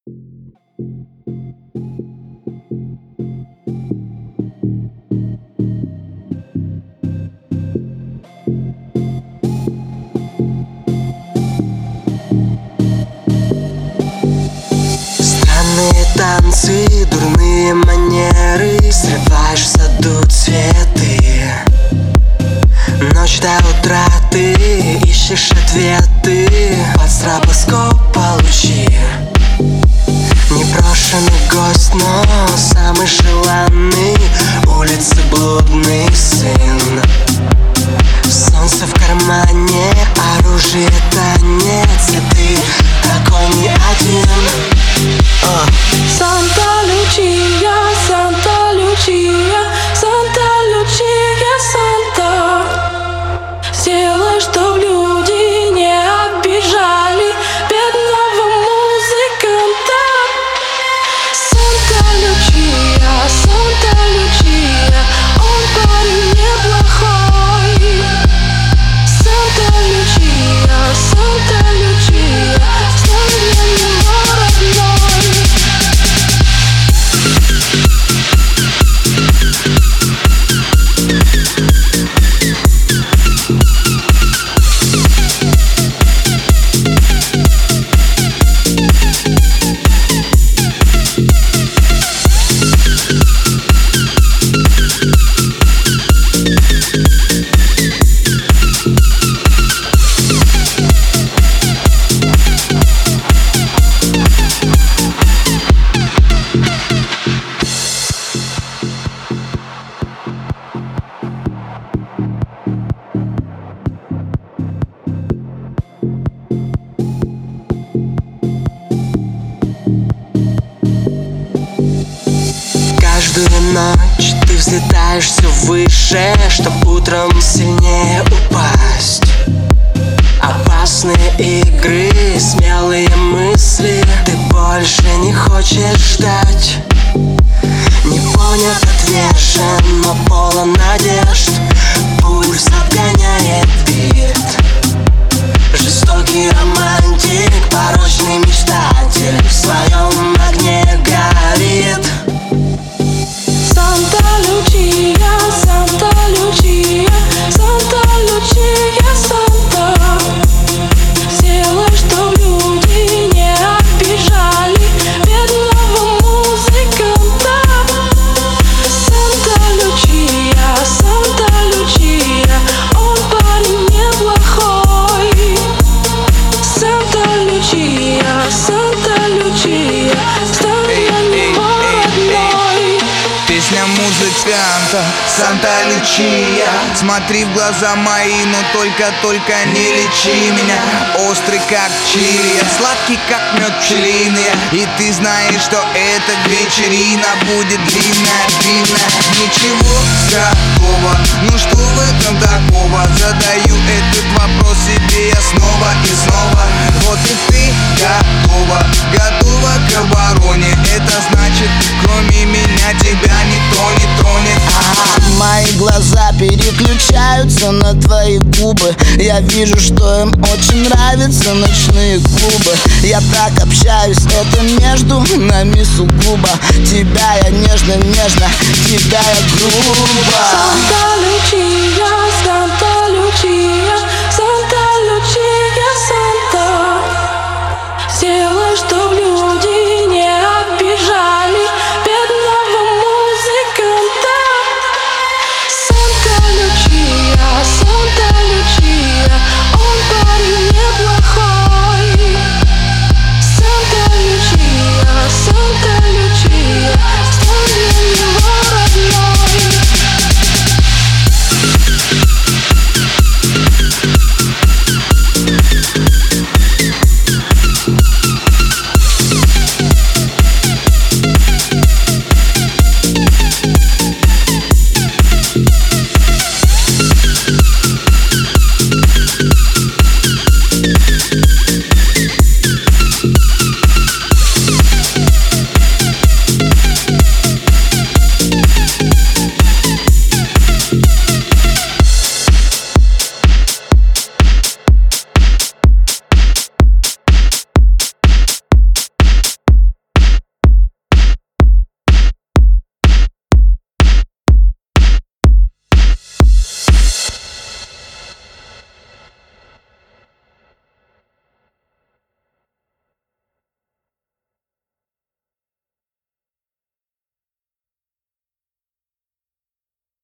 Странные танцы, дурные манеры, срываешь в саду цветы. Ночь до утра ты ищешь ответы, под стробоскоп получи. Непрошенный гость, но самый желанный, улицы блудный сын. Солнце в кармане, оружие танец, и ты такой не один. Санта Лючия, Санта Лючия, Санта Лючия, Санта. Сделай, чтоб люди не обижали бедного музыканта. Санта Лючия, Санта Лючия, он парень неплохой. Санта Лючия, Санта Лючия, стань для него родной. Каждую ночь ты взлетаешь все выше, чтоб утром сильнее упасть. Опасные игры, смелые мысли, ты больше не хочешь ждать. Не понят, отвержен, но полон надежд. Пульс отгоняет бит. Жестокий романтик, порочный мечтатель, в своем огне горит. Санта Лючия, Санта Лючия, Санта Лючия, Санта. Сделай, чтоб люди не обижали бедного музыканта. Санта Лючия, Санта Лючия, он парень неплохой. Санта Лючия, Санта Лючия, стань для него родной. Песня музыканта Санта Лючия. Смотри в глаза мои, но только не лечи меня. Острый как чили, сладкий как мед пчелиный. И ты знаешь, что эта вечерина будет длинная. Ничего такого, ну что в этом такого? Задаю этот вопрос себе я снова и снова. Вот и ты готова к обороне. Это значит, кроме меня тебя никто не тронет. Мои глаза переключаются на твои губы. Я вижу, что им очень нравятся ночные клубы. Я так общаюсь, это между нами сугубо. Тебя я нежно, тебя я грубо. Санта Лючия, Санта Лючия,